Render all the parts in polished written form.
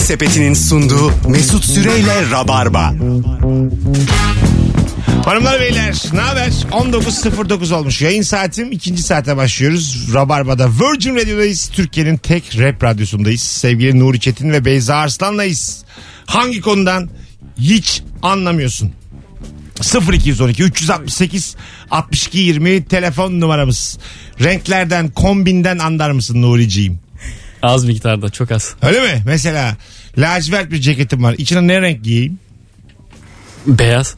Sepeti'nin sunduğu Mesut Süreyle Rabarba. Hanımlar beyler ne haber? 19.09 olmuş yayın saatim. İkinci saate başlıyoruz. Rabarba'da Virgin Radio'dayız. Türkiye'nin tek rap radyosundayız. Sevgili Nuri Çetin ve Beyza Arslan'layız. Hangi konudan hiç anlamıyorsun? 0212 368 62 20 telefon numaramız. Renklerden, kombinden anlar mısın Nuri'ciğim? Az miktarda, çok az. Öyle mi? Mesela lacivert bir ceketim var. İçine ne renk giyeyim? Beyaz.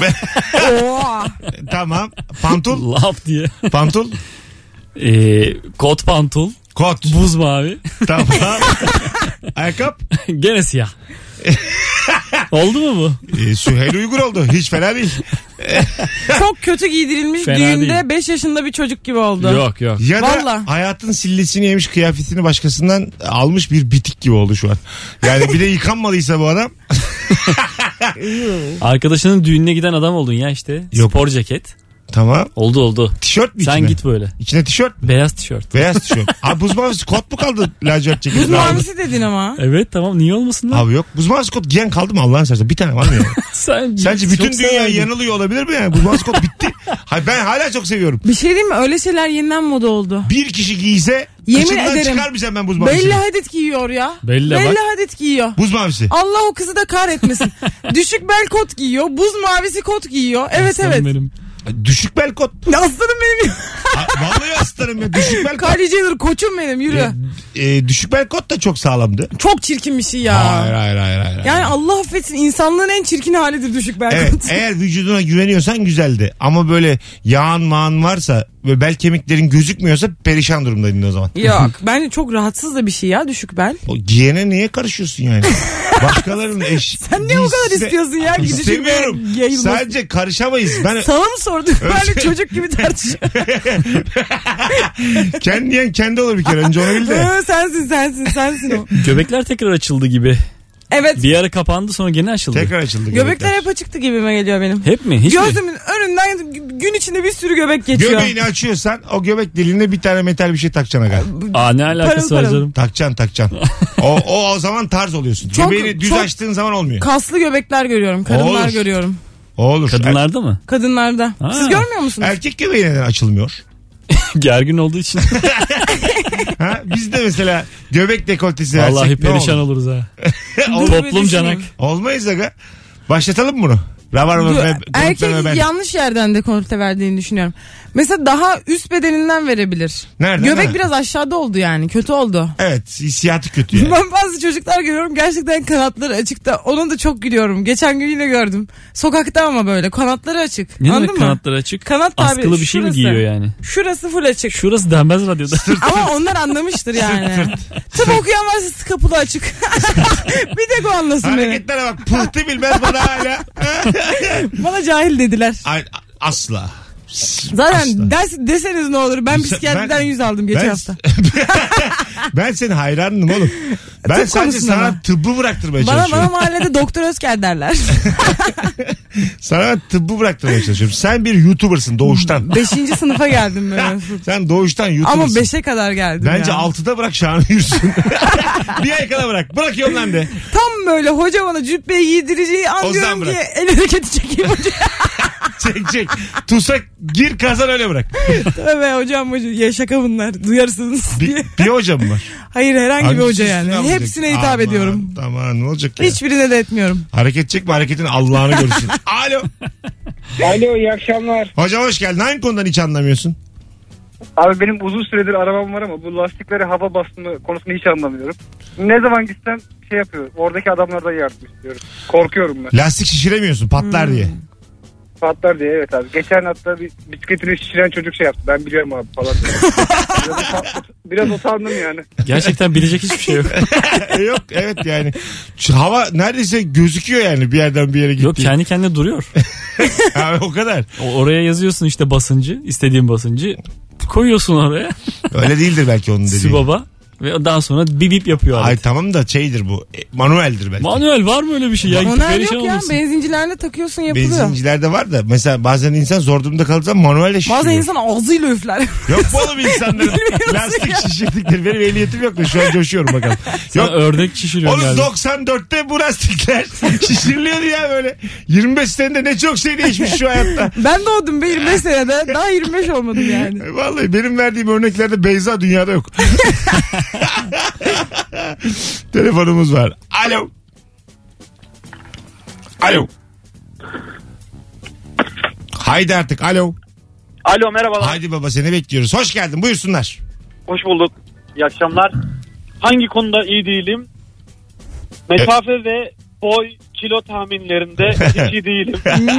Tamam. Pantul? Laf diye. Pantul? Kot pantul. Kot. Buz mavi. Tamam. Ayakkabı? Gene siyah. Oldu mu bu? Süheyl Uygur oldu. Hiç fena değil. Çok kötü giydirilmiş Fena düğünde değil. 5 yaşında bir çocuk gibi oldu. Yok. Ya da Vallahi. hayatın sillesini yemiş, kıyafetini başkasından almış bir bitik gibi oldu şu an. Yani bir de yıkanmalıysa bu adam. Arkadaşının düğününe giden adam oldun ya işte. Yok. Spor ceket. Tamam. Oldu. Tişört mü içine? Sen git böyle. İçine tişört mü? Beyaz tişört. Beyaz tişört. Abi buz mavisi kot mu kaldı lacivert ceketin? Buz mavisi dedin ama. Evet tamam, niye olmasın lan? Abi yok. Buz mavisi kot giyen kaldı mı Allah'ın seversen? Bir tane var mı yani? Sence bütün çok dünya severdin. yanılıyor olabilir mi yani? Buz mavisi kot bitti. Hayır, ben hala çok seviyorum. Bir şey diyeyim mi? Öyle şeyler yeniden moda oldu. Bir kişi giyse Yemin kıçından ederim. çıkarmayacağım ben buz mavisini. Belli Hadid giyiyor ya. Belli bak. Hadid giyiyor. Buz mavisi. Allah o kızı da kahretmesin. Düşük bel kot giyiyor. Buz mavisi kot giyiyor. Evet Aslanım evet. benim. Düşük bel kot. Aslanım benim. Vallahi aslanım ya. Düşük bel kot. Kylie Jenner koçum benim, yürü. Düşük bel kot da çok sağlamdı. Çok çirkin bir şey ya. Hayır. Yani Allah affetsin, insanlığın en çirkin halidir düşük bel Evet, kot. eğer vücuduna güveniyorsan güzeldi. Ama böyle yağın mağın varsa ve bel kemiklerin gözükmüyorsa perişan durumdaydın o zaman. Yok, bence çok rahatsız da bir şey ya düşük bel. O giyene niye karışıyorsun yani? Başkalarının Sen niye o kadar istiyorsun ya? Düşük bel İstemiyorum. yayılmasın. Sadece karışamayız. Ben Sana mı sorduk? Böyle çocuk gibi tartışıyor. kendi yiyen kendi olur bir kere. Önce onu bil de. Sensin o. Göbekler tekrar açıldı gibi. Evet. Bir ara kapandı, sonra gene açıldı. Tekrar açıldı. Göbekler hep açıktı gibime geliyor benim. Hep mi? Hiç mi? Gözümün önünden gün içinde bir sürü göbek geçiyor. Göbeğini açıyorsan o göbek deliğine bir tane metal bir şey takacaksın aga. Aa, ne alakası Parıl var parıl. canım? Takacaksın. O zaman tarz oluyorsun. Çok- Göbeğini düz çok- açtığın zaman olmuyor. Kaslı göbekler görüyorum. Kadınlar Olur. görüyorum. O olur. Kadınlarda mı? Kadınlarda. Ha. Siz görmüyor musunuz? Erkek göbeği neden açılmıyor? Gergin olduğu için. Ha? Biz de mesela göbek dekoltesi versek Vallahi ne perişan olur? oluruz ha. Dur, Toplum bir canak. düşüneyim. Olmayız aga. Başlatalım mı bunu? Erkek yanlış yerden dekolte verdiğini düşünüyorum. Mesela daha üst bedeninden verebilir. Nereden? Göbek Ha. biraz aşağıda oldu yani. Kötü oldu. Evet, hissiyatı kötü yani. Ben bazı çocuklar görüyorum, gerçekten kanatları açıkta. Onu da çok gülüyorum. Geçen gün yine gördüm. Sokakta ama böyle kanatları açık. Ne Anladın demek mı? kanatları açık? Kanat tabi. Askılı bir şey mi şurası. giyiyor yani? Şurası full açık. Şurası denmez radyoda. Ama onlar anlamıştır yani. Tıp okuyan varsa kapılı açık. Bir tek o anlasın beni. Hareketlere bak, pıhtı bilmez bana hala. Bana cahil dediler. Asla. Zaten Asla. deseniz ne olur. Ben psikiyatriden 100 aldım geçen hafta. Ben senin hayranınım oğlum. Ben Tıp sadece konusunda sana mı? tıbbı bıraktırmaya Bana çalışıyorum. mahallede Doktor Özker derler. Sana tıbbı bıraktırmaya çalışıyorum. Sen bir YouTuber'sın doğuştan. 5. sınıfa geldim ben. Sen doğuştan YouTuber'sın. Ama 5'e kadar geldim Bence ya. 6'da bırak şanı yürüsün. Bir ay kala bırak. Bırakıyorum lan de. Tam böyle hoca bana cübbeyi giydireceği an O zaman diyorum bırak. ki el hareketi çekeyim hoca. Çek. Tusak gir kazan öyle bırak. Tövbe hocam ya şaka bunlar. Duyarsınız diye. Bir hoca mı var? Hayır, herhangi bir Hangisi hoca yani. üstüne alacak? Hepsine hitap Aman, ediyorum. Tamam, ne olacak ya? Hiçbirine de etmiyorum. Hareket çekme, hareketin Allah'ını görsün. Alo. Alo, iyi akşamlar. Hocam hoş geldin. Hangi konudan hiç anlamıyorsun? Abi benim uzun süredir arabam var ama bu lastiklere hava bastığını konusunu hiç anlamıyorum. Ne zaman gitsem şey yapıyor. Oradaki adamlardan yardım istiyorum. Korkuyorum ben. Lastik şişiremiyorsun, patlar diye. Patlar diye, evet abi. Geçen hatta bir bisikletini şişiren çocuk şey yaptı. Ben biliyorum abi falan. Biraz utandım yani. Gerçekten bilecek hiçbir şey yok. Yok, evet yani. Şu hava neredeyse gözüküyor yani bir yerden bir yere gitti. Yok, kendi kendine duruyor. Abi o kadar. Oraya yazıyorsun işte basıncı, istediğin basıncı. Koyuyorsun oraya. Öyle değildir belki onun dediği. Sibaba. Ve daha sonra bip bip yapıyor Ay alet. tamam da şeydir bu. Manueldir belki. Manuel var mı öyle bir şey? Ya, Onlar perişan yok ya, olursun. benzincilerde takıyorsun yapılıyor. Benzincilerde var da mesela bazen insan zor durumda kaldığı zaman manuelle şişiriyor. Bazen insan ağzıyla üfler. Yok mu oğlum insanların lastik şişirdikleri? Benim ehliyetim yok da şu an coşuyorum bakalım. Sen Yok. ördek şişiriyorsun Oğlum galiba. 94'te bu lastikler şişiriliyordu ya böyle. 25 senede ne çok şey değişmiş şu hayatta. Ben doğdum be 25 senede. Daha 25 olmadım yani. Vallahi benim verdiğim örneklerde Beyza dünyada yok. Telefonumuz var. Alo. Alo. Haydi artık alo. Alo merhabalar. Haydi baba seni bekliyoruz. Hoş geldin buyursunlar. Hoş bulduk. İyi akşamlar. Hangi konuda iyi değilim? Mesafe ve boy kilo tahminlerinde hiç iyi değilim.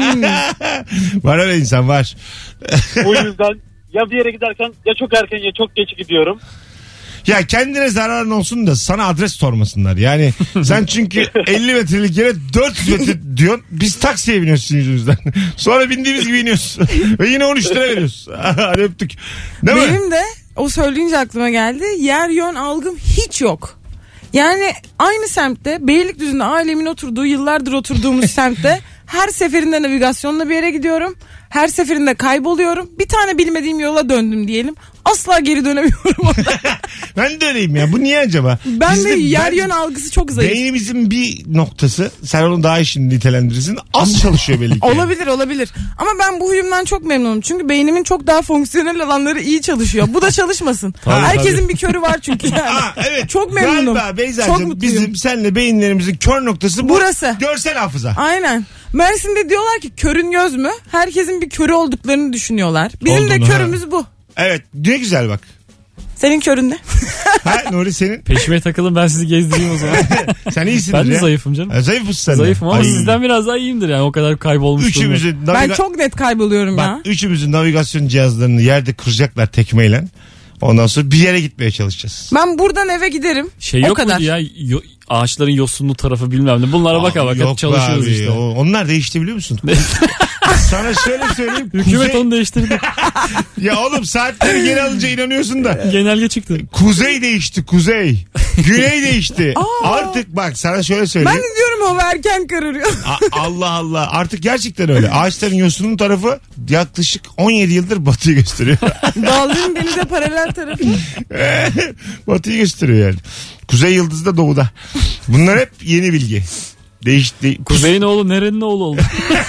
Var öyle insan var. Bu yüzden ya bir yere giderken ya çok erken ya çok geç gidiyorum. Ya kendine zararın olsun da sana adres sormasınlar. Yani sen çünkü 50 metrelik yere 400 metre diyorsun. Biz taksiye biniyoruz sizin yüzünüzden. Sonra bindiğimiz gibi iniyoruz. Ve yine 13 lira veriyoruz. Hadi öptük. Değil mi? Benim de o söyleyince aklıma geldi. Yer yön algım hiç yok. Yani aynı semtte Beylikdüzü'nde ailemin oturduğu yıllardır oturduğumuz semtte her seferinde navigasyonla bir yere gidiyorum. Her seferinde kayboluyorum. Bir tane bilmediğim yola döndüm diyelim. Asla geri dönemiyorum orada. Ben de öyleyim ya. Bu niye acaba? Ben Bizde de yer yön algısı çok zayıf. beynimizin bir noktası, sen onu daha iyi şimdi nitelendirirsin, az çalışıyor belli ki. Olabilir. Ama ben bu huyumdan çok memnunum. Çünkü beynimin çok daha fonksiyonel alanları iyi çalışıyor. Bu da çalışmasın. Herkesin bir körü var çünkü yani. Aa, evet. Çok memnunum. Galiba Çok Beyza'cığım mutluyum. bizim seninle beyinlerimizin kör noktası bu. Burası. Görsel hafıza. Aynen. Mersin'de diyorlar ki körün göz mü? Herkesin bir körü olduklarını düşünüyorlar. Bizim de Olduğunu, körümüz bu. Evet ne güzel bak. Senin körün ne? Ha Nuri senin. Peşime takılın ben sizi gezdireyim o zaman. Sen iyisindir Ben de ya. zayıfım canım. Zayıf mısın sen de? Zayıfım ama Ay. sizden biraz daha iyiyimdir yani o kadar kaybolmuş durumda. Üçümüzün Ben çok net kayboluyorum ya. Bak üçümüzün navigasyon cihazlarını yerde kıracaklar tekmeyle. Ondan sonra bir yere gitmeye çalışacağız. Ben buradan eve giderim. Şey o yok kadar. muydu ya ağaçların yosunlu tarafı bilmem ne. Bunlara baka baka Yok çalışıyoruz be abi, işte. onlar değişti biliyor musun? Sana şöyle söyleyeyim. Hükümet onu değiştirdi. Ya oğlum saatleri geri alınca inanıyorsun da. Genelge çıktı. Kuzey değişti kuzey. Güney değişti. Artık bak sana şöyle Ben söyleyeyim. de diyorum hava erken kararıyor. Allah Allah artık gerçekten öyle. Ağaçların yosunun tarafı yaklaşık 17 yıldır batıyı gösteriyor. Daldırım denize paralel tarafı. Batıyı gösteriyor yani. Kuzey yıldızı da doğuda. Bunlar hep yeni bilgi. Değişti. Kuzeyin oğlu nerenin oğlu oldu?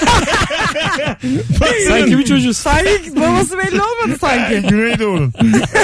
Sen kimin çocuğusun? Sanki babası belli olmadı sanki. Güneydoğu'nun.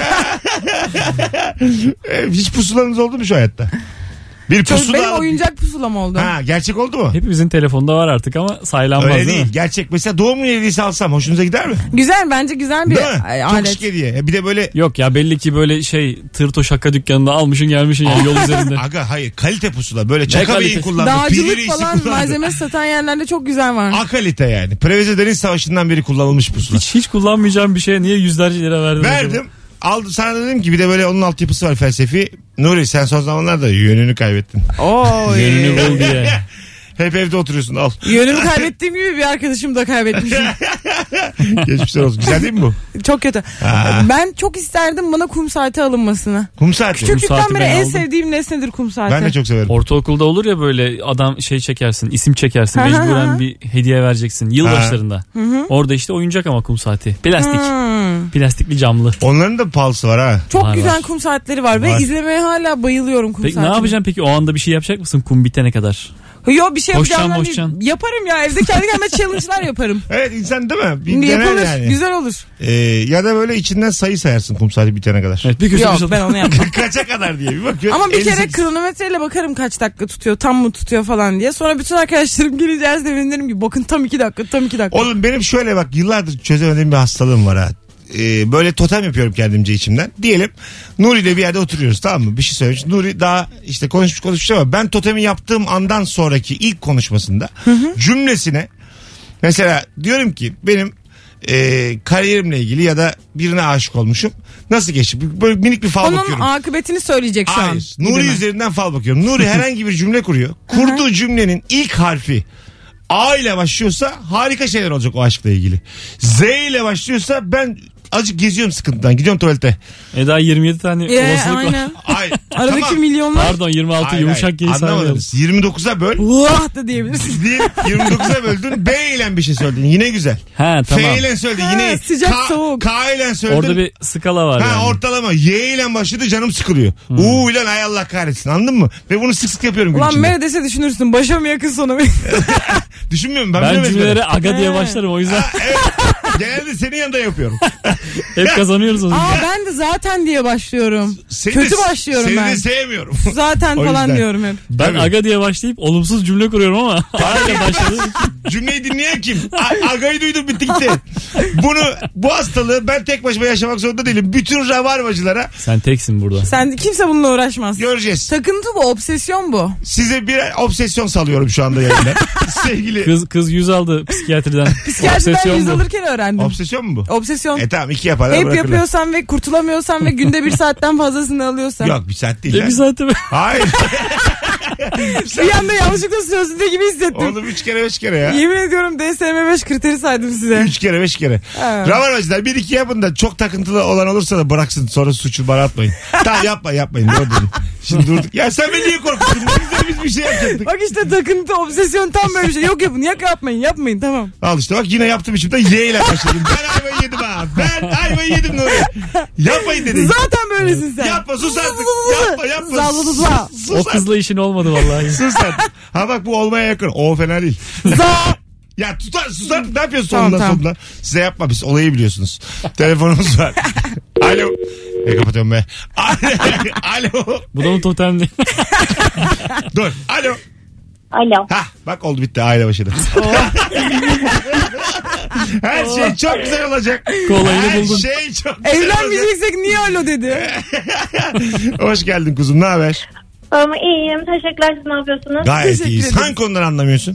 Hiç pusulanız oldu mu şu hayatta? Bir pusula. Benim oyuncak pusulam oldu. Ha, gerçek oldu mu? Hepimizin telefonda var artık ama saylanmaz Öyle değil mi? Gerçek. Mesela doğum günü hediyesi alsam hoşunuza gider mi? Güzel bence güzel bir Değil mi? Çok alet. şık hediye. Bir de böyle Yok ya belli ki böyle şey tırto şaka dükkanında almışın gelmişin yani yol üzerinde. aga hayır kalite pusula. Böyle çaka beyin kalitesi? kullandı. Piri Dağcılık reisi falan kullandı. malzeme satan yerlerde çok güzel var. A kalite yani. Preveze Deniz Savaşı'ndan beri kullanılmış pusula. Hiç kullanmayacağım bir şeye niye yüzlerce lira verdin? Verdim. Aldım sana dedim ki bir de böyle onun altyapısı var felsefi. Nuri sen son zamanlarda yönünü kaybettin. Oy. Yönünü bul diye. Hep evde oturuyorsun al. Yönümü kaybettiğim gibi bir arkadaşımı da kaybetmişim. Geçmişler olsun. Güzel değil mi bu? Çok kötü. Ha. Ben çok isterdim bana kum saati alınmasını. Kum saati. Küçüklükten saati beri ben en aldım. sevdiğim nesnedir kum saati. Ben de çok severim. Ortaokulda olur ya böyle adam şey çekersin, isim çekersin, Hı hı mecburen hı. bir hediye vereceksin yılbaşlarında. Orada işte oyuncak ama kum saati. Plastik. Plastikli camlı. Onların da pahalısı var ha. Çok Var, güzel var. kum saatleri var, Var. ve izlemeye hala bayılıyorum kum Peki saatini. ne yapacaksın peki o anda bir şey yapacak mısın kum bitene kadar? Yo bir şey Koşacaksın, yapacağım değil. koşacaksın. Yaparım ya evde kendi kendime challenge'lar yaparım. Evet insan değil mi? Bir dener Yapılır yani. güzel olur. Ya da böyle içinden sayı sayarsın kum saati bitene kadar. Evet bir köşe Yok bir şey- ben onu yapmam. Kaça kadar diye bir bakıyorsun. Ama bir kere 58. kronometreyle bakarım kaç dakika tutuyor, tam mı tutuyor falan diye. Sonra bütün arkadaşlarım gelince her seferinde ki bakın tam 2 dakika, tam 2 dakika. Oğlum benim şöyle bak yıllardır çözemediğim bir hastalığım var ha. Böyle totem yapıyorum kendimce içimden. Diyelim Nuri ile bir yerde oturuyoruz tamam mı? Bir şey söylemiş. Nuri daha işte konuşmuş ama ben totemi yaptığım andan sonraki ilk konuşmasında cümlesine mesela diyorum ki benim kariyerimle ilgili ya da birine aşık olmuşum. Nasıl geçti? Böyle minik bir fal Onun bakıyorum. akıbetini söyleyecek şu an. Hayır. Nuri Değil mi? üzerinden fal bakıyorum. Nuri herhangi bir cümle kuruyor. Kurduğu cümlenin ilk harfi A ile başlıyorsa harika şeyler olacak o aşkla ilgili. Z ile başlıyorsa ben azıcık geziyorum sıkıntıdan. Gidiyorum tuvalete. Daha 27 tane olasılık var. Aynen. Ay, Aradaki tamam. milyonlar. Pardon 26 Hayır, yumuşak geri saymayalım. anlamadınız. 29'a böl. Vah da diyebilirsin. Diye 29'a böldün. B ile bir şey söyledin. Yine güzel. Ha tamam. F ile söyledin. Ha, Yine sıcak, soğuk. K ile söyledin. Orada bir skala var yani. Ortalama. Y ile başladı, canım sıkılıyor. U ile ay Allah kahretsin, anladın mı? Ve bunu sık sık yapıyorum gün Ulan içinde. neredeyse düşünürsün. Başa mı yakın sona mı? Düşünmüyorum ben. Ben bilemedim. cümlelere aga diye He. başlarım o yüzden. Evet. Genelde senin yanında yapıyorum. Hep kazanıyoruz o zaman. Ben de zaten diye başlıyorum. Seni Kötü de- başlıyorum seni ben. de sevmiyorum. Zaten O falan yüzden. diyorum hep. Ben Tabii. aga diye başlayıp olumsuz cümle kuruyorum ama aga başladım. Cümleyi dinleyen kim? Agayı duydum, bitti gitti. Bu hastalığı ben tek başıma yaşamak zorunda değilim. Bütün rabarbacılara Sen teksin burada. Kimse bununla uğraşmaz. göreceğiz. Takıntı bu, obsesyon bu. Size bir obsesyon salıyorum şu anda yayında. Sevgili. Kız 100 aldı psikiyatriden. Psikiyatriden Obsesyon yüz bu. alırken öğrendim. Obsesyon mu bu? Obsesyon. Tamam, 2 yaparlar Hep bırakırlar. yapıyorsan ve kurtulamıyorsan ve günde 1 saatten fazlasını alıyorsan. Yok, bir saat değil. Bir lan. saate mi? Hayır. Bir anda yanlışlıkla sözlüde gibi hissettim. Oğlum 3 kere 5 kere ya. Yemin ediyorum DSM-5 kriteri saydım size. 3 kere 5 kere. Ha. Rabarbacılar 1-2 yapın da çok takıntılı olan olursa da bıraksın, sonra suçu bana atmayın. Tamam, yapmayın. Doğru dedin. Şimdi durduk. Ya sen beni niye korkuttun? Biz bir şey yapacaktık. Bak işte takıntı, obsesyon tam böyle bir şey. Yok yapmayın tamam. Al işte bak, yine yaptım içimden, Y ile başladım. Ben ayvayı yedim ha. Ben ayvayı yedim Nuri. Yapmayın dedin. Zaten böylesin sen. Yapma, sus artık. Yapma. Zallıdıza. Sus O artık. kızla işin olmadı vallahi. Sus artık. Ha bak, bu olmaya yakın. O fena değil. Za. Ya sus artık. Ne yapıyorsun Tamam, sonunda tamam. sonunda? Size yapma, biz olayı biliyorsunuz. Telefonumuz var. Alo. Kapatıyorum be. Alo. Bu da mı totem değil? Dur. Alo. Alo. Hah bak, oldu bitti, aile başladı. Her şey çok güzel olacak. Kolayını Her buldun. şey çok güzel olacak. Evlenmeyeceksek niye alo dedi? Hoş geldin kuzum, ne haber? Ama iyiyim. Teşekkürler. Siz ne yapıyorsunuz? Gayet Teşekkür iyiyiz. ederim. Hangi konudan anlamıyorsun?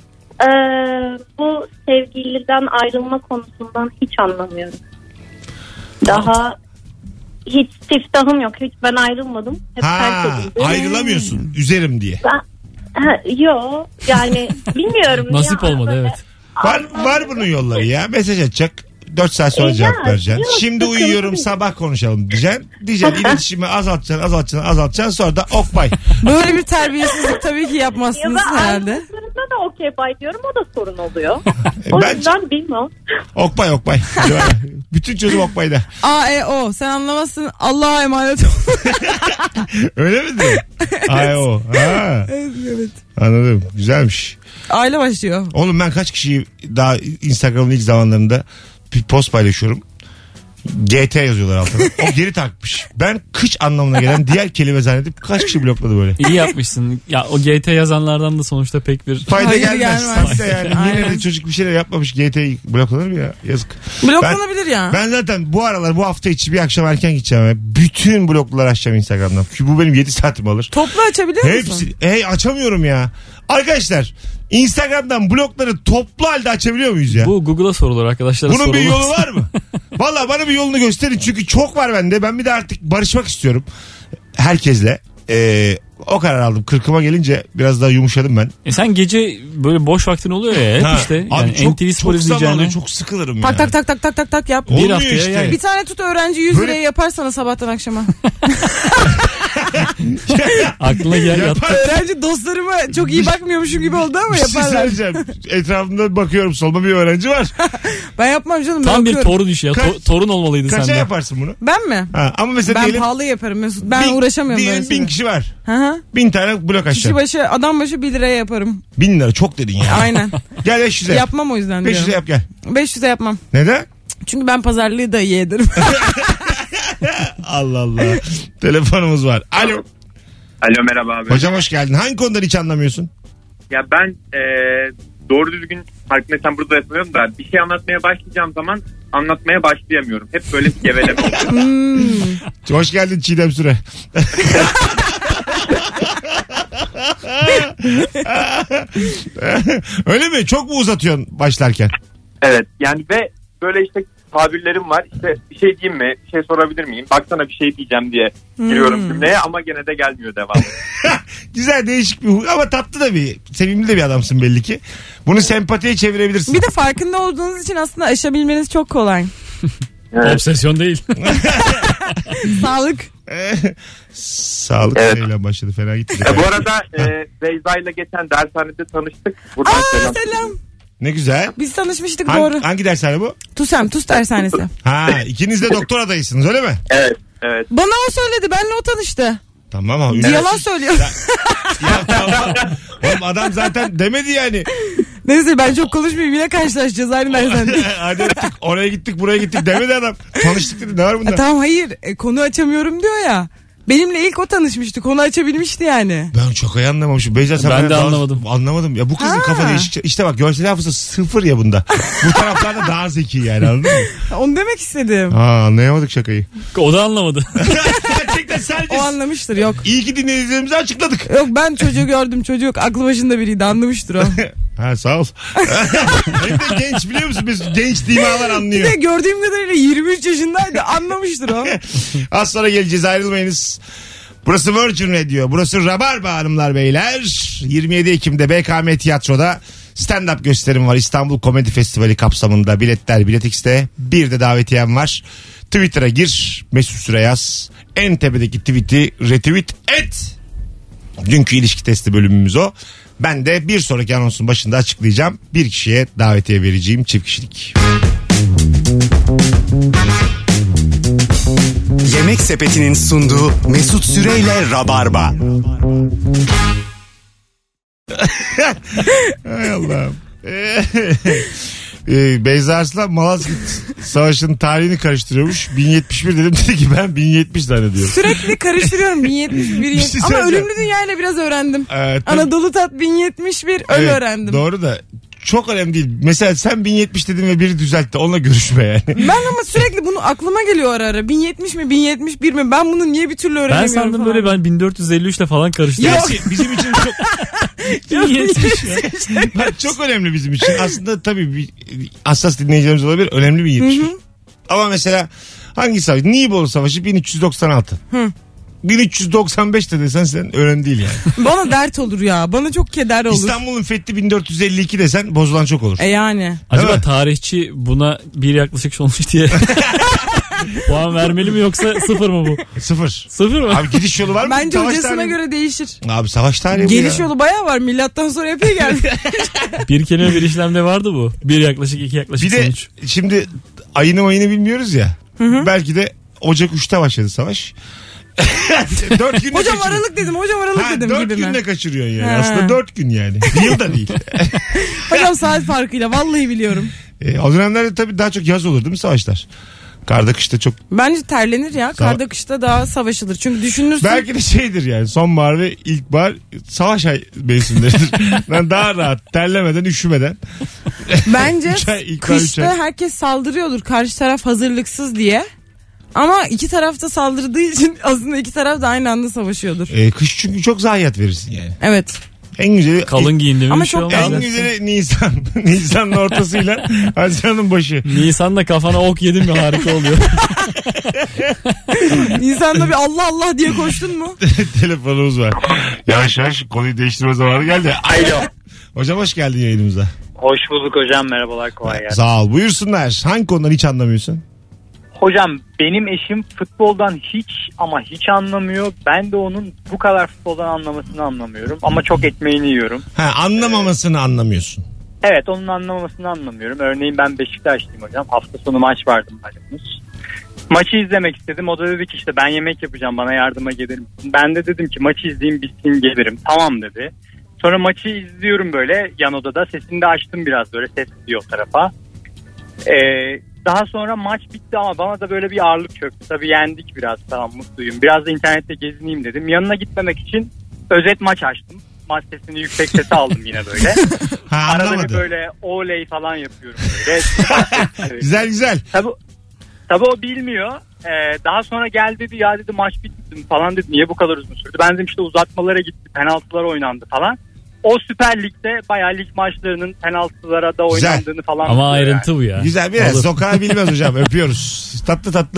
Bu sevgiliden ayrılma konusundan hiç anlamıyorum. Daha hiç siftahım yok. Hiç ben ayrılmadım. Hep terk edildi. Ayrılamıyorsun. Üzerim diye. Yo yani bilmiyorum. Nasip ya, olmadı, böyle Var bunun yolları ya. Mesaj atacak. 4 saat sonra cevap vereceksin. yok, Şimdi sıkıntı uyuyorum, değil. sabah konuşalım diyeceksin. Diyeceksin iletişimi azaltacaksın. Sonra da ok bay. Böyle bir terbiyesizlik tabii ki Ya yapmazsınız ben herhalde. ayrıldıklarında da okey bay diyorum. O da sorun oluyor. O Ben- yüzden bilmiyorum. Ok bay. Bütün çözüm ok bayda. A-E-O sen anlamazsın, Allah'a emanet ol. Öyle mi diyor? Ay o. Ha, Evet. anladım. Güzelmiş. Aile başlıyor. Oğlum ben kaç kişiyi daha Instagram'ın ilk zamanlarında bir post paylaşıyorum. GT yazıyorlar altına. O geri takmış. Ben kıç anlamına gelen diğer kelime zannedip kaç kişi blokladı böyle. İyi yapmışsın. Ya o GT yazanlardan da sonuçta pek bir... Fayda Hayır, gelmez. gelmez. Tabii de yani. Yine Aynen. de çocuk bir şeyler yapmamış. GT'yi bloklanır mı ya? Yazık. Bloklanabilir ya. Ben zaten bu aralar, bu hafta içi bir akşam erken gideceğim. Bütün blokları açacağım Instagram'dan. Çünkü bu benim 7 saatimi alır. Toplu açabiliyor musun? Hepsi. Açamıyorum ya. Arkadaşlar, Instagram'dan blokları toplu halde açabiliyor muyuz ya? Bu Google'a sorulur arkadaşlar. Bunun bir sorulmaz. yolu var mı? Valla bana bir yolunu gösterin. Çünkü çok var bende. Ben bir de artık barışmak istiyorum. Herkesle. O karar aldım. 40'ıma gelince biraz daha yumuşadım ben. Sen gece böyle boş vaktin oluyor ya hep Ha. işte. Abi Yani NTV Spor çok zaman oluyor, izleyeceğine. çok sıkılırım Tak ya. tak yap. Olmuyor haftaya işte. yani. Bir tane tut öğrenci 100 Böyle- liraya yapar sana sabahtan akşama. Aklına gel yat. Yapar. Öğrenci dostlarıma çok iyi bakmıyormuşum gibi oldu ama Bir şey yaparlar. söyleyeceğim. Etrafımda bakıyorum, solma bir öğrenci var. Ben yapmam canım. ben Tam bir okuyorum. torun işi ya. Kaç- Torun olmalıydı Kaça sende. yaparsın bunu? Ben mi? Ha, ama mesela Ben diyelim pahalı yaparım Mesut. Ben uğraşamıyorum böyle diyelim 1000 kişi var. Hı hı. 1000 tane blok Kişi açacağım. başı, adam başı 1 liraya yaparım. 1000 lira çok dedin ya. Aynen. Gel 500'e yap. Yapmam o yüzden 500'e diyorum. yap gel. 500'e yapmam. Neden? Çünkü ben pazarlığı da iyi ederim. Allah Allah. Telefonumuz var. Alo. Alo merhaba abi. Hocam hoş geldin. Hangi konudan hiç anlamıyorsun? Ya ben doğru düzgün farkındaysan burada yapmıyorum da bir şey anlatmaya başlayacağım zaman anlatmaya başlayamıyorum. Hep böyle bir geveleme oluyor. Hoş geldin Çiğdem Süre. Öyle mi? Çok mu uzatıyorsun başlarken? Evet yani ve böyle işte tabirlerim var. İşte bir şey diyeyim mi? Bir şey sorabilir miyim? Baksana bir şey diyeceğim diye giriyorum cümleye ama gene de gelmiyor devamı. Güzel, değişik bir huy ama tatlı da bir, sevimli de bir adamsın belli ki. Bunu sempatiye çevirebilirsin. Bir de farkında olduğunuz için aslında aşabilmeniz çok kolay. Evet. Obsesyon değil. Sağlık. Sağlık Evet. ile başladı. Fena gitti. Bu arada Beyza ile geçen dershanede tanıştık. Buradan Selam. Ne güzel. Biz tanışmıştık doğru. Hangi dershane bu? TUS dershanesi. Ha, ikiniz de doktor adayısınız öyle mi? Evet. Evet. Bana o söyledi. Benle o tanıştı. Tamam ama. Yalan söylüyor. Ya tamam. Oğlum adam zaten demedi yani. Neyse ben çok konuşmayayım. Yine karşılaşacağız aynı dershanede. Hadi öptük, oraya gittik buraya gittik demedi adam. Tanıştık dedi, ne var bunda? Tamam hayır. Konu açamıyorum diyor ya. Benimle ilk o tanışmıştı. Konu açabilmişti yani. Ben çok iyi anlamamışım. Beyza sen Ben de anlamadım. Anlamadım. Ya bu kızın kafa değişik. İşte bak görsel hafıza sıfır ya bunda. Bu taraflarda daha zeki yani, anladın mı? Onu demek istedim. Anlayamadık şakayı. O da anlamadı. Gerçekten sadece. O anlamıştır yok. İyi ki dinleyicilerimizi açıkladık. Yok ben çocuğu gördüm. Çocuk aklı başında biriydi, anlamıştır o. Ha sağ ol. Hem de genç, biliyor musun? Biz genç dimalar Bir anlıyor. de gördüğüm kadarıyla 23 yaşındaydı, anlamıştır o. Az sonra geleceğiz, ayrılmayınız. Burası Virgin Radio. Burası Rabarba hanımlar beyler. 27 Ekim'de BKM Tiyatro'da stand-up gösterim var. İstanbul Komedi Festivali kapsamında. Biletler Bilet X'te. Bir de davetiyem var. Twitter'a gir. Mesut Süre yaz. En tepedeki tweet'i retweet et. Dünkü ilişki testi bölümümüz o. Ben de bir sonraki anonsun başında açıklayacağım. Bir kişiye davetiye vereceğim, çift kişilik. Yemek Sepeti'nin sunduğu Mesut Süreyle Rabarba. Hay Allah'ım. Beyza Arslan Malazgirt Savaşı'nın tarihini karıştırıyormuş. 1071 dedim, dedi ki ben 1070 zannediyorum. Sürekli karıştırıyorum 1071 Bir şey ama söyleyeceğim. ölümlü dünyayla biraz öğrendim. Tabii. Anadolu Tat 1071 öyle Evet, öğrendim. Doğru da çok önemli değil. Mesela sen 1070 dedin ve biri düzeltti. Onunla görüşme yani. Ben ama sürekli bunu aklıma geliyor ara ara. 1070 mi 1071 mi? Ben bunu niye bir türlü Ben öğrenemiyorum sandım falan. böyle ben 1453 ile falan karıştırdım. Gerçi bizim için çok Bak, çok önemli bizim için. Aslında tabii bir hassas dinleyicilerimiz olabilir. Önemli bir 70. Ama mesela hangi savaş? Nibolu Savaşı 1396. 1395 de desen sen önemli değil yani. Bana dert olur ya. Bana çok keder olur. İstanbul'un fethi 1452 desen bozulan çok olur. Yani. Acaba mi? tarihçi buna bir yaklaşık sonuç diye puan vermeli mi yoksa sıfır mı bu? Sıfır. Sıfır mı? Abi gidiş yolu var mı? Bence Savaş hocasına tarihi- göre değişir. Abi savaş tarihi bu Geliş ya. yolu bayağı var. Milattan sonra epey geldi. Bir kelime bir işlemde vardı bu. Bir yaklaşık iki yaklaşık Bir de sonuç. şimdi ayını bilmiyoruz ya. Belki de Ocak 3'te başladı savaş. 4 günde Hocam kaçırıyor. Aralık dedim. Hocam Aralık Ha, dedim 4 gibi mi? günde kaçırıyorsun yani. Ha. Aslında 4 gün yani. Bir yıl da değil. Hocam saat farkıyla vallahi biliyorum. O dönemlerde tabii daha çok yaz olur değil mi savaşlar? Karda kışta çok. Bence terlenir ya. Karda kışta daha savaşılır. Çünkü düşünürsün. Belki de şeydir yani, sonbahar ve ilkbahar savaş mevsimleridir. Ben daha rahat, terlemeden, üşümeden. Bence 3 ay, ilkbahar 3 kışta ay. herkes saldırıyordur. Karşı taraf hazırlıksız diye. Ama iki tarafta saldırdığı için aslında iki taraf da aynı anda savaşıyordur. Kış çünkü çok zayiat verirsin yani. Evet. En güzeli Kalın giyindi mi Ama bir şey çok olmaz. En güzeli Nisan. Nisan'ın ortasıyla Haziran'ın başı. Nisan'da kafana ok yedin mi harika oluyor. İnsanda bir Allah Allah diye koştun mu? Telefonumuz var. Yavaş yavaş konuyu değiştirme zamanı geldi. Alo. Hocam hoş geldin yayınımıza. Hoş bulduk hocam, merhabalar, kolay gelsin. Sağ ol. Buyursunlar. Hangi konudan hiç anlamıyorsun? Hocam benim eşim futboldan hiç ama hiç anlamıyor. Ben de onun bu kadar futboldan anlamasını anlamıyorum. Ama çok ekmeğini yiyorum. Anlamamasını anlamıyorsun. Evet, onun anlamamasını anlamıyorum. Örneğin ben Beşiktaşlıyım hocam. Hafta sonu maç vardı malumunuz. Maçı izlemek istedim. O da dedi ki işte ben yemek yapacağım, bana yardıma gelir misin? Ben de dedim ki maçı izleyeyim bitsin gelirim. Tamam dedi. Sonra maçı izliyorum böyle yan odada. Sesini de açtım biraz, böyle ses gidiyor o tarafa. Daha sonra maç bitti ama bana da böyle bir ağırlık çöktü. Tabii yendik biraz, tamam mutluyum. Biraz da internette gezineyim dedim. Yanına gitmemek için özet maç açtım. Maç sesini yüksek sese aldım yine böyle. Arada bir Anlamadı. böyle oley falan yapıyorum böyle. Güzel güzel. Tabii o bilmiyor. Daha sonra gel dedi, ya dedi maç bitti falan dedi. Niye bu kadar uzun sürdü? Ben dedim işte uzatmalara gitti, penaltılar oynandı falan. O Süper Lig'de bayağı lig maçlarının penaltılara da oynandığını falan. Ama ayrıntı bu ya. Güzel, biraz Olur. sokağı bilmez hocam. Öpüyoruz. Tatlı tatlı.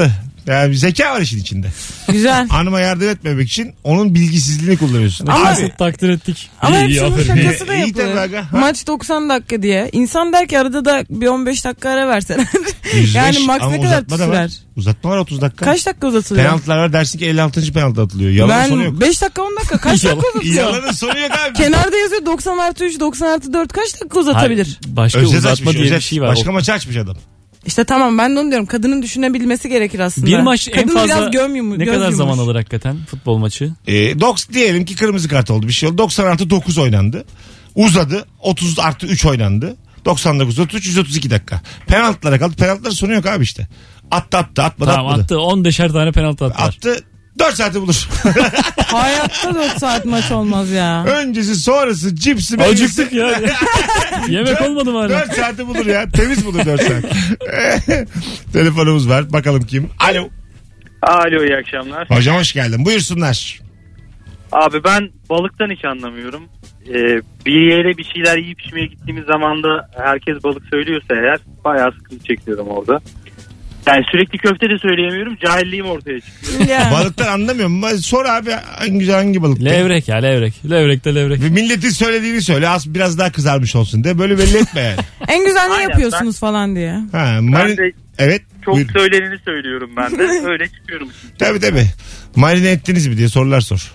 Yani zeka var işin içinde. Güzel. Hanıma yardım etmemek için onun bilgisizliğini kullanıyorsun. Ama- Abi, Takdir ettik. Ama hep şunun aferin. şakası da İyi tabii yapılır. aga. Ha. Maç 90 dakika diye. İnsan der ki arada da bir 15 dakika ara verseler. 105 Yani max ama ne kadar uzatma da var. sürer? Uzatma var 30 dakika. Kaç dakika uzatılıyor? Penaltılar var dersin ki 56. penaltı atılıyor. Yalan sonu yok. Ben 5 dakika 10 dakika kaç dakika uzatıyor? Yalanın sonu yok abi. Kenarda yazıyor 90+3 90+4 kaç dakika uzatabilir? Hayır, başka Özet uzatma açmış, diye bir özet. şey var. Başka maçı açmış adam. İşte tamam ben de onu diyorum. Kadının düşünebilmesi gerekir aslında. Bir maç en Kadın fazla biraz ne kadar zaman alır hakikaten futbol maçı? Diyelim ki kırmızı kart oldu bir şey oldu. 90+9 oynandı. Uzadı. 30+3 oynandı. 99+33 132 dakika. Penaltılara kaldı. Penaltıların sonu yok abi işte. Attı atmadı Tamam atmadı. attı 10'şer tane penaltı attılar. Attı 4 saati bulur. Hayatta 4 saat maç olmaz ya. Öncesi sonrası cipsi meyvesi. Acıktık ya. Yemek olmadı mı hala? 4 saati bulur ya. Temiz bulur 4 saat. Telefonumuz var. Bakalım kim? Alo. Alo, iyi akşamlar. Hocam hoş geldin. Buyursunlar. Abi ben balıktan hiç anlamıyorum. Bir yere bir şeyler yiyip içmeye gittiğimiz zaman da herkes balık söylüyorsa eğer bayağı sıkıntı çekiyorum orada. Yani sürekli köfte de söyleyemiyorum. Cahilliğim ortaya çıkıyor. Ya. Balıktan anlamıyorum. Sor abi en güzel hangi balık? Levrek ya levrek. Levrekte levrek. Ve milletin söylediğini söyle. Az biraz daha kızarmış olsun de. Böyle belli etme yani. En güzel ne Aynen, yapıyorsunuz falan diye. Ha, Ben de evet. çok buyur. söyleneni söylüyorum ben de. Öyle çıkıyorum. Tabii. Marine ettiniz mi diye sorular sor.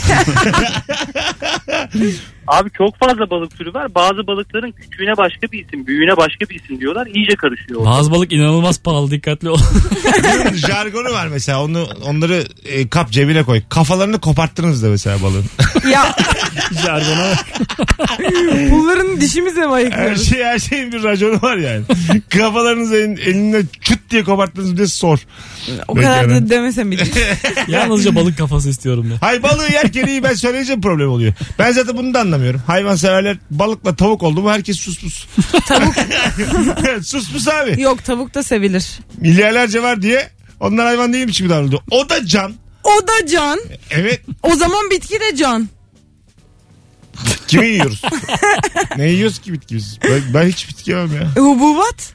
Abi çok fazla balık türü var. Bazı balıkların küçüğüne başka bir isim, büyüğüne başka bir isim diyorlar. İyice karışıyor. orada. Bazı balık inanılmaz pahalı dikkatli ol. Bunun jargonu var mesela. Onları kap cebine koy. Kafalarını koparttınız da mesela balığın. Ya Jargona bak. bunların dişimize mi ayıklıyoruz? Her şeyin bir raconu var yani. Kafalarınızı eline çüt diye koparttınız diye sor. O kadar Bekleyen. da demesem bir Yalnızca balık kafası istiyorum de. Hay balığı yerken iyi ben söyleyeceğim problem oluyor. Ben zaten bunu da anlamıyorum. Hayvanseverler balıkla tavuk oldu mu herkes sus. Tavuk sus abi. yok tavuk da sevilir. Milyarlarca var diye onlar hayvan değilmiş gibi davranılıyor. O da can. O da can. Evet. O zaman bitki de can. Kimi yiyoruz? Ne yiyoruz ki bitkimiz? Ben hiç bitki yemem ya. Hububat.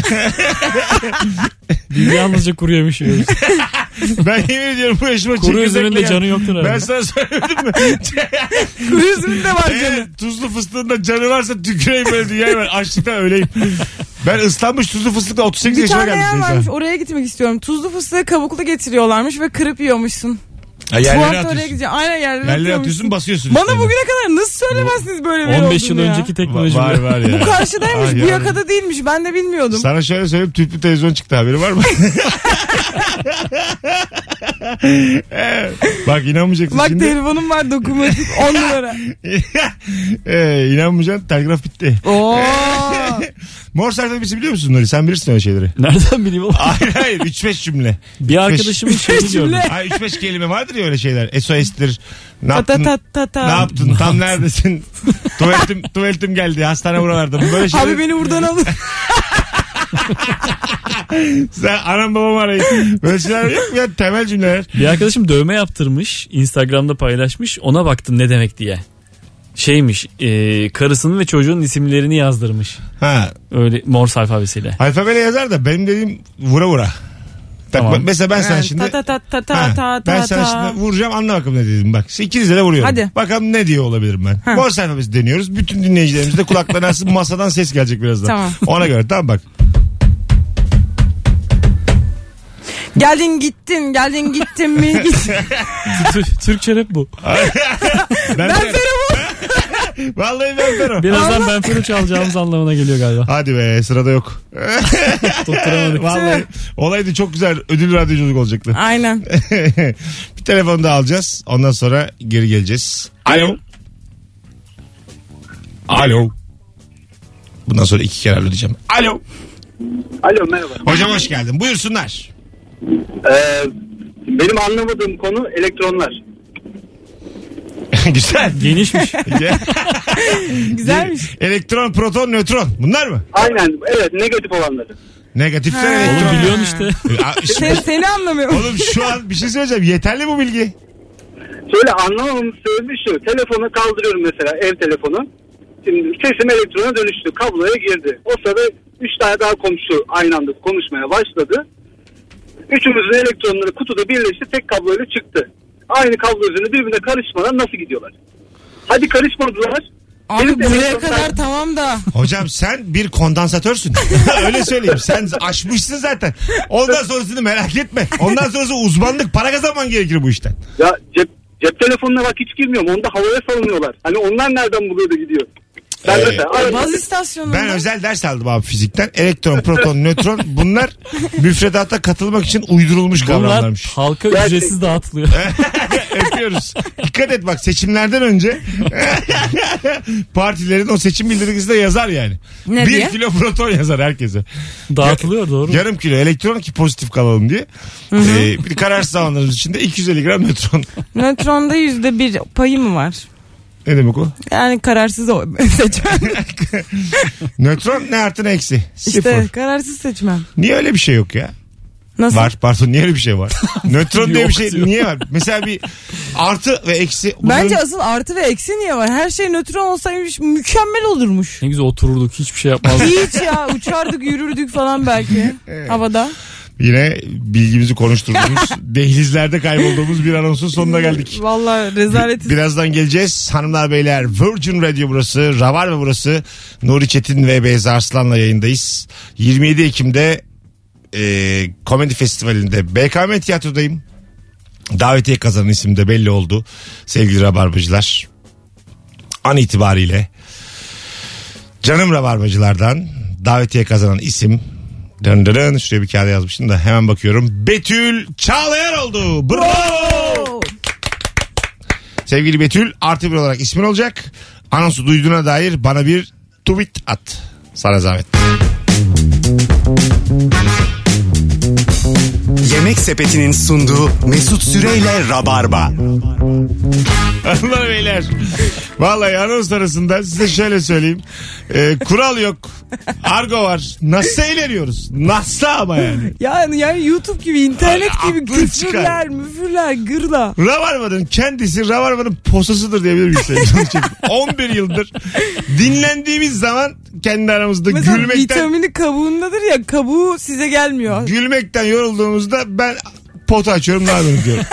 Biz yalnızca kuru yemiş yiyoruz. Ben yemin ediyorum bu yaşıma Kuru çekirdekle üzümün de gel- canı yoktur Ben abi. sana söylemedim mi? Kuru üzümün de var canım. Evet, tuzlu fıstığın da canı varsa tüküreyim böyle dünyayı ben açlıktan öleyim. Ben ıslanmış tuzlu fıstıkla 38 Bir yaşıma tane yer geldim. varmış oraya gitmek istiyorum. Tuzlu fıstığı kabuklu getiriyorlarmış ve kırıp yiyormuşsun. Bu Yerlere hafta oraya atıyorsun. gideceğim. Aynen yerlere Yerlere atıyormuşsun. atıyorsun basıyorsun. Bana üstüne. bugüne kadar nasıl söylemezsiniz böyle bir 15 yıl olduğunu ya? önceki teknoloji. var ya. Bu karşıdaymış Ay, bu yani. yakada değilmiş ben de bilmiyordum. Sana şöyle söyleyeyim tüplü televizyon çıktı haberi var mı? Bak inanmayacaksın Bak şimdi. telefonum var dokunmatik 10 numara. İnanmayacaksın telgraf bitti. Oo. Morse alfabesi biliyor musun Nuri? Sen bilirsin öyle şeyleri. Nereden bileyim oğlum? Hayır 3-5 cümle. Bir arkadaşımın şeyini gördüm. Cümle. Hayır 3-5 kelime vardır ya öyle şeyler. SOS'tir. Ne Ta ta yaptın? ta ta ta. Ne yaptın? Tam neredesin? Tuvaletim geldi. Hastane buralarda. Böyle şeyler. Abi beni buradan alın. Sen anam babamı arayın. Böyle şeyler yok mu ya? Temel cümleler. Bir arkadaşım dövme yaptırmış. Instagram'da paylaşmış. Ona baktım ne demek diye. Şeymiş karısının ve çocuğun isimlerini yazdırmış. Ha. Öyle Morse alfabesiyle. Alfabeyle yazar da benim dediğim vura vura. Tamam. Mesela ben sana Yani şimdi ta ta ta ta Ha, ta ben ta sana ta. şimdi vuracağım anla bakalım ne dedim bak. İkinize de vuruyorum. Hadi. Bakalım ne diyor olabilirim ben. Ha. Morse alfabesi deniyoruz. Bütün dinleyicilerimiz de kulaklarına asıp masadan ses gelecek birazdan. Tamam. Ona göre tamam bak. Geldin gittin mi? Türkçe rap bu. Ben Ferah Vallahi ben Fero. Birazdan Ben Fero çalacağımız anlamına geliyor galiba. Hadi be sırada yok. Tutturamadık. Vallahi olaydı çok güzel ödül radyoculuk olacaktı. Aynen. Bir telefon daha alacağız. Ondan sonra geri geleceğiz. Alo. Alo. Bundan sonra 2 kere alo diyeceğim. Alo. Alo merhaba. Hocam hoş geldin. Buyursunlar. Benim anlamadığım konu elektronlar. Güzel. Genişmiş. Güzelmiş. Elektron, proton, nötron. Bunlar mı? Aynen evet negatif olanları. Negatifler Ha. elektron. Oğlum biliyorsun işte. Seni anlamıyorum. Oğlum şu an bir şey söyleyeceğim. Yeterli bu bilgi. Şöyle anlamamın sebebi şu. Telefonu kaldırıyorum mesela ev telefonu. Şimdi sesim elektrona dönüştü. Kabloya girdi. O sırada 3 tane daha komşu aynı anda konuşmaya başladı. Üçümüzün elektronları kutuda birleşti, tek kabloyla çıktı. Aynı kablo üzerinde birbirine karışmadan nasıl gidiyorlar? Hadi karışmadılar. Abi Benim buraya elektronlar- kadar tamam da. Hocam sen bir kondansatörsün. Öyle söyleyeyim. Sen aşmışsın zaten. Ondan sonrasını merak etme. Ondan sonrası uzmanlık, para kazanman gerekir bu işten. Ya cep telefonuna bak hiç girmiyorum. Onu da havaya salınıyorlar. Hani onlar nereden buluyor da gidiyor? Ben mesela Baz istasyonunda. Ben özel ders aldım abi fizikten. Elektron, proton, nötron bunlar müfredata katılmak için uydurulmuş Bunlar kavramlarmış. halka ücretsiz dağıtılıyor. Öpüyoruz. Dikkat et bak, seçimlerden önce partilerin o seçim bildirgesinde yazar yani. Ne 1 diye? kilo proton yazar herkese. Dağıtılıyor, doğru mu? Yarım kilo elektron ki pozitif kalalım diye. Bir de kararsız zamanlarımız içinde 250 gram nötron. Nötronda %1 payı mı var? Ne demek o? Yani kararsız seçmen. Nötron ne artı ne eksi? Sıfır. İşte kararsız seçmen. Niye öyle bir şey yok ya? Nasıl? Var, pardon, niye öyle bir şey var? Nötron diye bir şey Yok diyor. niye var? Mesela bir artı ve eksi. Bence asıl artı ve eksi niye var? Her şey nötron olsaymış mükemmel olurmuş. Ne güzel otururduk, hiçbir şey yapmazdık. Hiç ya, uçardık yürürdük falan belki havada. Yine bilgimizi konuşturduğumuz, dehlizlerde kaybolduğumuz bir anonsun sonuna geldik. Vallahi rezalet. Birazdan geleceğiz. Hanımlar beyler, Virgin Radio burası, Rabarba burası. Nuri Çetin ve Beyza Arslan'la yayındayız. 27 Ekim'de Komedi Festivali'nde BKM Tiyatro'dayım. Davetiye kazanan isim de belli oldu. Sevgili Rabarbacılar, an itibariyle canım Rabarbacılardan davetiye kazanan isim, dön şuraya bir kağıda yazmıştım da hemen bakıyorum, Betül Çağlayan oldu. Bravo. Sevgili Betül, artı bir olarak ismin olacak. Anonsu duyduğuna dair bana bir tweet at. Sana zahmet. Yemek Sepeti'nin sunduğu Mesut Süreyle Rabarba. Hanımlar beyler, vallahi anons arasında size şöyle söyleyeyim. Kural yok. Argo var. Nasıl eğleniyoruz? Nasıl ama yani. Yani YouTube gibi, internet Ay, gibi aklın küfürler, müfürler, gırla. Rabarba'nın kendisi Rabarba'nın posasıdır diyebilir miyiz? 11 yıldır dinlendiğimiz zaman kendi aramızda Mesela gülmekten vitamini kabuğundadır ya, kabuğu size gelmiyor. gülmekten yorulduğumuzda ben potu açıyorum, ne yapıyorum diyorum.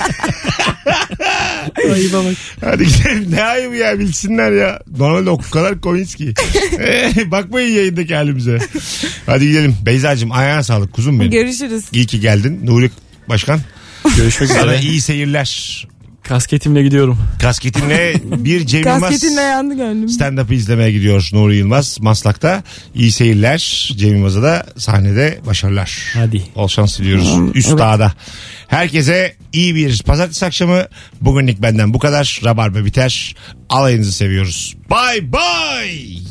Ayıba bak. Hadi gidelim, ne ayıbı ya, bilsinler ya. Normalde o kadar komiyiz ki. Bakmayın yayındaki halimize. Hadi gidelim. Beyzacığım, ayağına sağlık kuzum benim. Görüşürüz. İyi ki geldin Nuri Başkan. Görüşmek Sana üzere. iyi seyirler. Kasketimle gidiyorum. Kasketinle bir Cem Yılmaz Kasketinle yandı gönlüm. stand-up'ı izlemeye gidiyor Nuri Yılmaz Maslak'ta. İyi seyirler. Cem Yılmaz'a da sahnede başarılar. Hadi. Bol şans diliyoruz. Üst dağda. Herkese iyi bir pazartesi akşamı. Bugünlük benden bu kadar. Rabarba biter. Alayınızı seviyoruz. Bye bye.